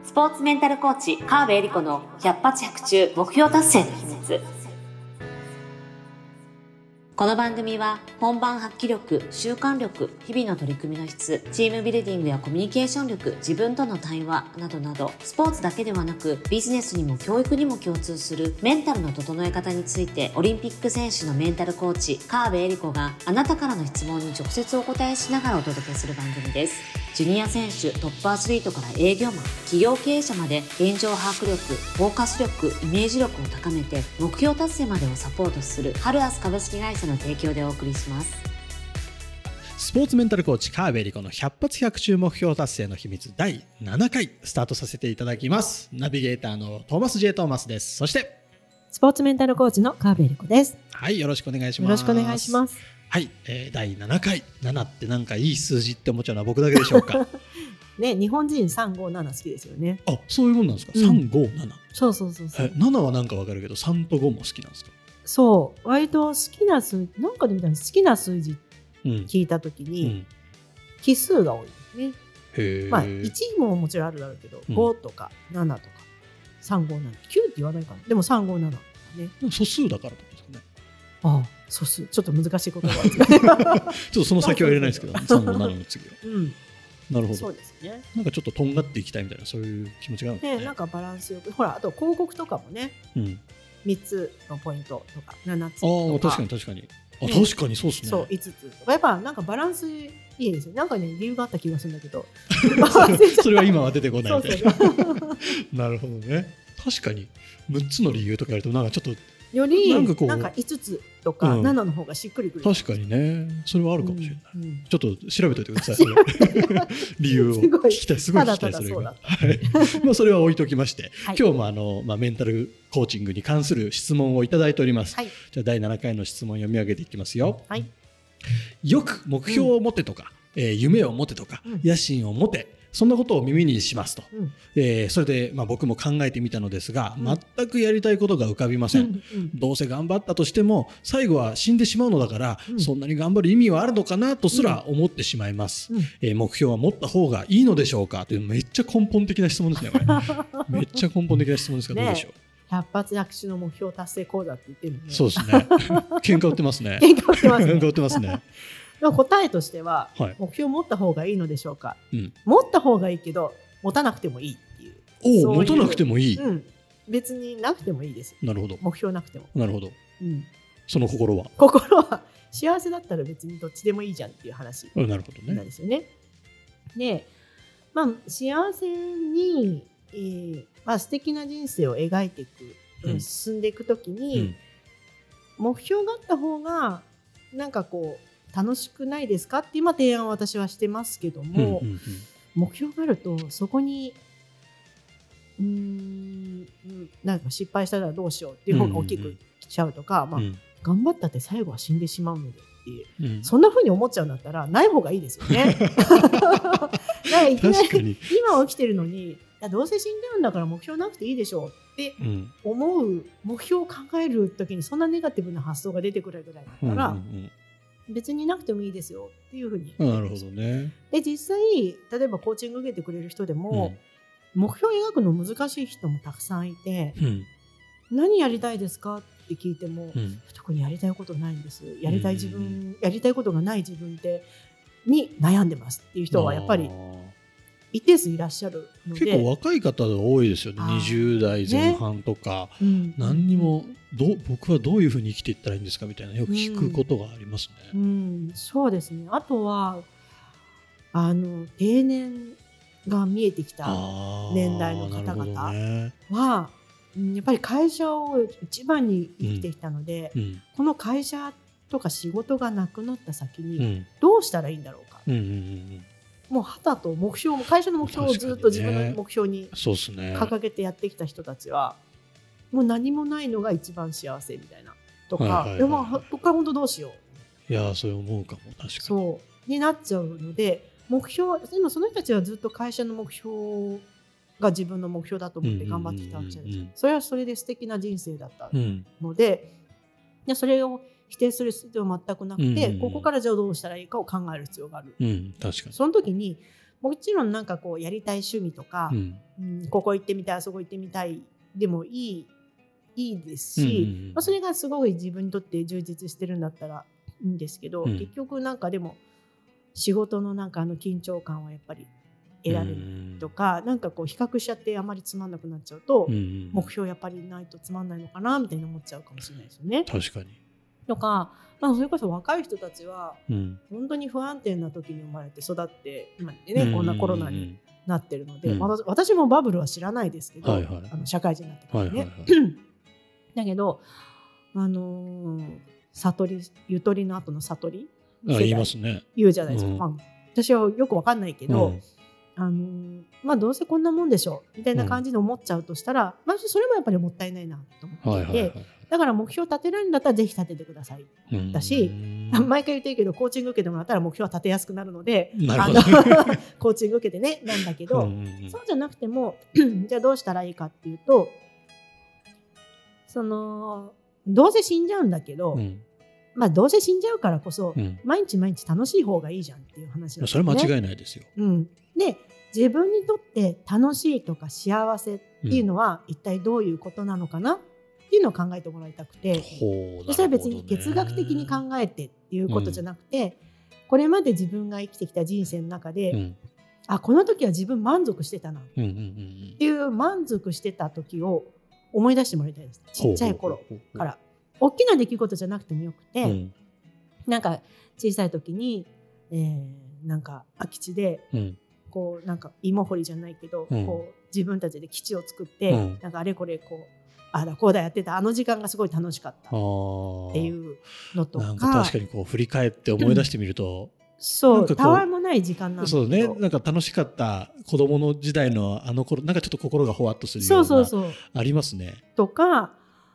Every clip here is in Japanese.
スポーツメンタルコーチ川辺恵里子の百発百中目標達成の秘密。この番組は本番発揮力、習慣力、日々の取り組みの質、チームビルディングやコミュニケーション力、自分との対話などなど、スポーツだけではなくビジネスにも教育にも共通するメンタルの整え方について、オリンピック選手のメンタルコーチ川辺恵里子があなたからの質問に直接お答えしながらお届けする番組です。ジュニア選手、トップアスリートから営業マン、企業経営者まで現状把握力、フォーカス力、イメージ力を高めて目標達成までをサポートするハルアス株式会社の提供でお送りします。 スポーツメンタルコーチ川辺恵里子の百発百中目標達成の秘密第7回スタートさせていただきます。ナビゲーターのトーマス J トーマスです。そしてスポーツメンタルコーチの川辺恵里子です。 はい、よろしくお願いします。 よろしくお願いします。 はい、第7回。7ってなんかいい数字って思っちゃうのは僕だけでしょうかね、日本人357好きですよね。 あ、そういうもんなんですか、357。 そう。 7はなんかわかるけど3と5も好きなんですか？ そう、割と好きな数字、なんかで見たら好きな数字聞いたときに、奇数が多いですね。 へー。 まあ1ももちろんあるだろうけど、5とか7とか357、9って言わないかな。でも357ね。 素数だからってことですかね。 ああ、素数。ちょっと難しい言葉ですちょっとその先は入れないですけど、357の次は。なるほど。 そうですね。 なんかちょっととんがっていきたいみたいな、そういう気持ちがあるんですね。 なんかバランスよく、ほら、あと広告とかもね、3つのポイントとか7つとか。 確かに。確かにそうですね。 そう、5つとか。やっぱなんかバランスいいですよ。なんかね、理由があった気がするんだけど。 それは今は出てこないみたいな。なるほどね。確かに6つの理由とかやるとなんかちょっとよりなんか5つとか7の方がしっくりくる。 確かにね、それはあるかもしれない。ちょっと調べておいてください。理由を聞きたい。すごい聞きたい。それが。まあそれは置いときまして、今日もメンタルコーチングに関する質問をいただいております。じゃあ第7回の質問読み上げていきますよ。よく目標を持てとか、夢を持てとか、野心を持て、そんなことを耳にしますと。それで僕も考えてみたのですが、全くやりたいことが浮かびません。どうせ頑張ったとしても最後は死んでしまうのだから、そんなに頑張る意味はあるのかなとすら思ってしまいます。目標は持った方がいいのでしょうかという、めっちゃ根本的な質問ですね。これめっちゃ根本的な質問ですが、どうでしょう。 百発百中の目標達成講座って言ってるのね。 そうですね。喧嘩売ってますね。 喧嘩売ってますね。答えとしては、目標を持った方がいいのでしょうか、持った方がいいけど持たなくてもいいっていう。 持たなくてもいい、 別になくてもいいです。 なるほど。 目標なくても。 なるほど、その心は幸せだったら別にどっちでもいいじゃんっていう話なんですよね。で、幸せに、素敵な人生を描いていく、進んでいくときに、目標があった方がなんかこう楽しくないですかって今提案を私はしてますけども、目標があるとそこになんか失敗したらどうしようっていう方が大きく来ちゃうとか、頑張ったって最後は死んでしまうのでっていう、そんな風に思っちゃうんだったらない方がいいですよね。いきなり今起きてるのにどうせ死んじゃうんだから目標なくていいでしょうって思う、目標を考える時にそんなネガティブな発想が出てくるぐらいだったら、別になくてもいいですよっていうふうに。 なるほどね。 で実際例えばコーチング受けてくれる人でも、目標を描くの難しい人もたくさんいて、何やりたいですかって聞いても、特にやりたいことないんです。やりたいことがない自分に悩んでますっていう人はやっぱり一定数いらっしゃるので、 結構若い方が多いですよね。20代前半とか、何にも僕はどういうふうに生きていったらいいんですかみたいな、よく聞くことがありますね。 そうですね。あとは定年が見えてきた年代の方々は、やっぱり会社を一番に生きてきたので、この会社とか仕事がなくなった先にどうしたらいいんだろうか、もう旗と目標も会社の目標をずっと自分の目標に掲げてやってきた人たちは、もう何もないのが一番幸せみたいなとか、僕は本当どうしよう、いやそれ思うかも。確かにそうになっちゃうので、目標、今その人たちはずっと会社の目標が自分の目標だと思って頑張ってきたわけじゃないですか。それはそれで素敵な人生だったので、それを否定する必要は全くなくて、ここからじゃあどうしたらいいかを考える必要がある。 確かに。 その時にもちろんなんかこうやりたい趣味とか、ここ行ってみたいあそこ行ってみたいでもいいですし、それがすごい自分にとって充実してるんだったらいいんですけど、結局なんかでも仕事のなんか緊張感はやっぱり得られるとか、なんかこう比較しちゃってあまりつまんなくなっちゃうと、目標やっぱりないとつまんないのかなみたいに思っちゃうかもしれないですよね。 確かに。 とか、それこそ若い人たちは本当に不安定な時に生まれて育って今ね、こんなコロナになってるので、私もバブルは知らないですけど、社会人になってからね。だけど悟り、ゆとりの後の悟り言いますね。 言うじゃないですか。私はよく分かんないけど、どうせこんなもんでしょみたいな感じで思っちゃうとしたら、それもやっぱりもったいないなと思っていて、だから目標立てられるんだったらぜひ立ててくださいだし、毎回言ってるけどコーチング受けてもらったら目標は立てやすくなるので、コーチング受けてねなんだけど、そうじゃなくてもじゃあどうしたらいいかっていうと、どうせ死んじゃうんだけど、どうせ死んじゃうからこそ、毎日毎日楽しい方がいいじゃんっていう話なんですね。 それ間違いないですよ。 で、自分にとって楽しいとか幸せっていうのは一体どういうことなのかなっていうのを考えてもらいたくて、それは別に哲学的に考えてっていうことじゃなくて、これまで自分が生きてきた人生の中で、この時は自分満足してたなっていう満足してた時を思い出してもらいたいです。ちっちゃい頃から大きな出来事じゃなくてもよくて、なんか小さい時に、なんか空き地で、こうなんか芋掘りじゃないけど、こう自分たちで基地を作って、なんかあれこれこうあだこうだやってた時間がすごい楽しかったっていうのとか、 なんか確かにこう振り返って思い出してみると、 そうたわいもない時間なんだけど、 そうね、なんか楽しかった子供の時代の頃、なんかちょっと心がほわっとするようなありますね。 とか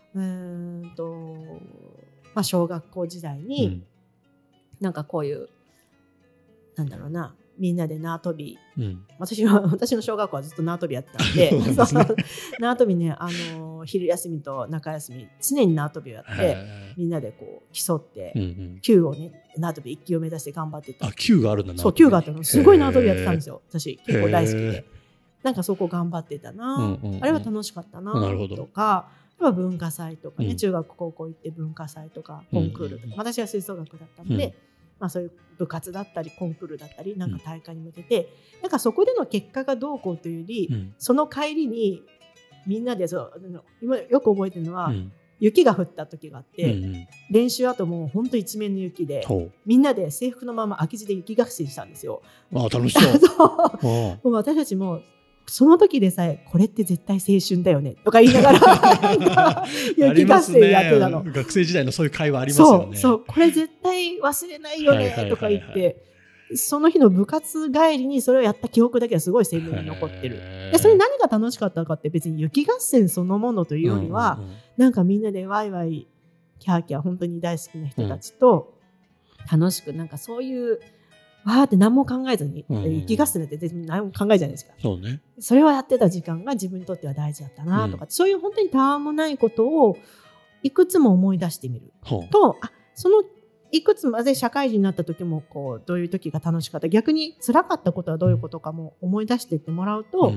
小学校時代に、なんかこういうなんだろうな、みんなで縄跳び、私の小学校はずっと縄跳びやってたんで縄跳びね、昼休みと中休み常に縄跳びをやって、みんなでこう競って、級をね縄跳び1級を目指して頑張ってた。 級があるんだな。 そう、級があったの。すごい縄跳びやってたんですよ。私結構大好きで、なんかそこ頑張ってたな、あれは楽しかったなとか、文化祭とかね、中学高校行って文化祭とかコンクールとか、私は吹奏楽だったので、そういう部活だったりコンクールだったりなんか大会に向けて、なんかそこでの結果がどうこうというより、その帰りにみんなで今よく覚えてるのは、雪が降った時があって、練習後もうほんと一面の雪で、みんなで制服のまま空き地で雪合戦したんですよ。 楽しそうもう私たちもその時でさえこれって絶対青春だよねとか言いながら雪合戦やってたの。 学生時代のそういう会話ありますよね。 そうこれ絶対忘れないよねとか言って、その日の部活帰りにそれをやった記憶だけはすごい鮮明に残ってる。でそれ何が楽しかったかって、別に雪合戦そのものというよりは、なんかみんなでワイワイキャーキャー本当に大好きな人たちと楽しく、なんかそういうわーって何も考えずに、雪合戦って全然何も考えじゃないですか。 そうね。 それをやってた時間が自分にとっては大事だったなとか、そういう本当にたわもないことをいくつも思い出してみると、そのいくつまで社会人になった時もこうどういう時が楽しかった、逆に辛かったことはどういうことかも思い出していってもらうと、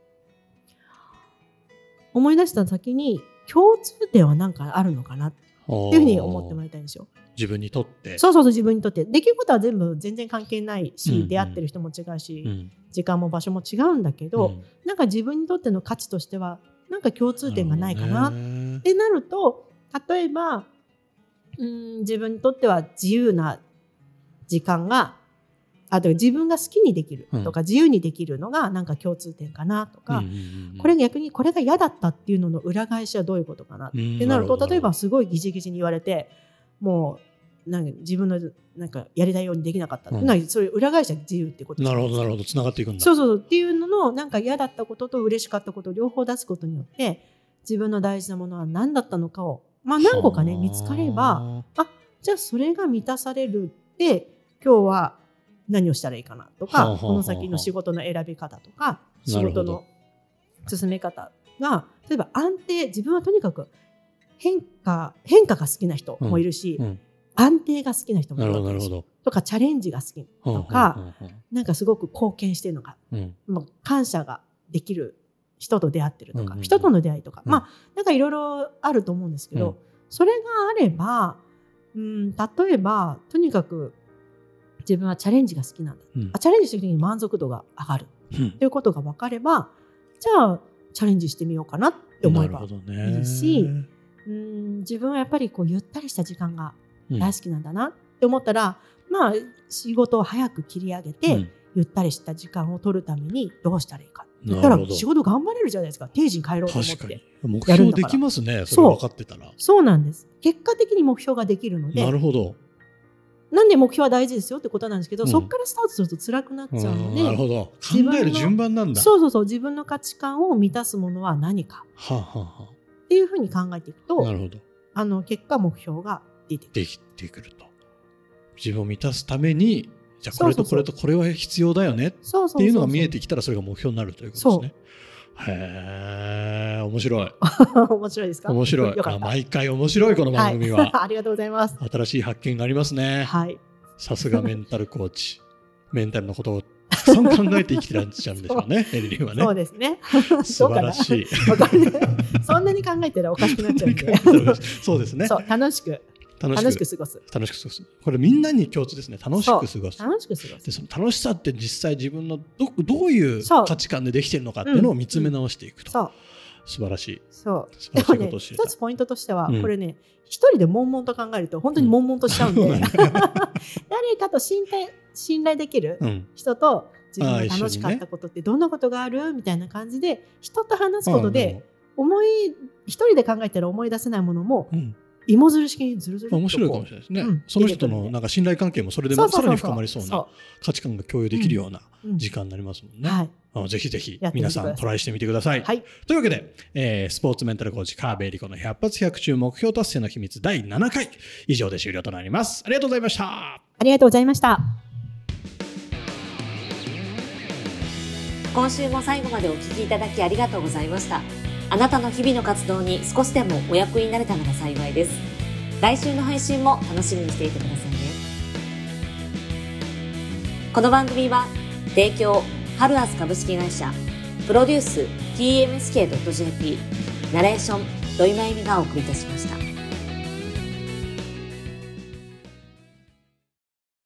思い出した先に共通点は何かあるのかなっていうふうに思ってもらいたいんですよ。 自分にとって。 そう自分にとってできることは全然関係ないし、出会ってる人も違うし、時間も場所も違うんだけど、なんか自分にとっての価値としてはなんか共通点がないかなってなると、例えば自分にとっては自由な時間が自分が好きにできるとか、自由にできるのがなんか共通点かなとか、これ逆にこれが嫌だったっていうのの裏返しはどういうことかなってなると、例えばすごいギチギチに言われて、もうなんか自分のなんかやりたいようにできなかったっていうのは、それ裏返しは自由ってことです。 なるほどつながっていくんだ。 そうっていうののなんか嫌だったことと嬉しかったことを両方出すことによって、自分の大事なものは何だったのかを何個かね見つかれば、じゃあそれが満たされるって今日は何をしたらいいかなとか、この先の仕事の選び方とか仕事の進め方が、例えば安定、自分はとにかく変化が好きな人もいるし、安定が好きな人もいるわけです。 とかチャレンジが好きとか、なんかすごく貢献してるのが、感謝ができる人と出会ってるとか、人との出会いとか、なんかいろいろあると思うんですけど、それがあれば、例えばとにかく自分はチャレンジが好きなんだ、チャレンジした時に満足度が上がるということが分かれば、じゃあチャレンジしてみようかなって思えばいいし、自分はやっぱりこうゆったりした時間が大好きなんだなって思ったら、仕事を早く切り上げて、ゆったりした時間を取るためにどうしたらいいかって言ったら、仕事頑張れるじゃないですか。定時に帰ろうと思ってやるんだから。 目標できますね。それ分かってたら。 そうなんです。結果的に目標ができるので。 なるほど。 なんで目標は大事ですよってことなんですけど、そこからスタートすると辛くなっちゃうので、 なるほど。考える順番なんだ。 そう自分の価値観を満たすものは何かっていうふうに考えていくと、 なるほど。結果目標が出てくると。自分を満たすために、じゃあこれとこれとこれは必要だよねっていうのが見えてきたら、それが目標になるということですね。へー、面白い。 面白いですか？ 面白い。毎回面白いこの番組は。 ありがとうございます。 新しい発見がありますね。さすがメンタルコーチ。メンタルのことをたくさん考えて生きてらっしゃるんでしょうね、エリリンはね。 そうですね。 素晴らしい。 そんなに考えてたらおかしくなっちゃうんで。 そうですね。 楽しく過ごす。 これみんなに共通ですね。楽しく過ごす。で、その楽しさって実際自分のどういう価値観でできているのかっていうのを見つめ直していくと。素晴らしい。素晴らしいことをしていた。 一つポイントとしては、これね、一人で悶々と考えると本当に悶々としちゃうんで、誰かと信頼できる人と自分が楽しかったことってどんなことがあるみたいな感じで人と話すことで、一人で考えたら思い出せないものも、芋づる式にずるずる面白いかもしれないですね。その人とのなんか信頼関係もそれでもさらに深まりそうな価値観が共有できるような時間になりますもんね。ぜひぜひ皆さんトライしてみてください。というわけで、スポーツメンタルコーチ川辺理子の100発100中目標達成の秘密第7回以上で終了となります。ありがとうございました。 ありがとうございました。 今週も最後までお聞きいただきありがとうございました。あなたの日々の活動に少しでもお役になれたなら幸いです。来週の配信も楽しみにしていてくださいね。この番組は提供ハルアス株式会社、プロデュース TMSK.jp、ナレーション土井真由美がお送りいたしました。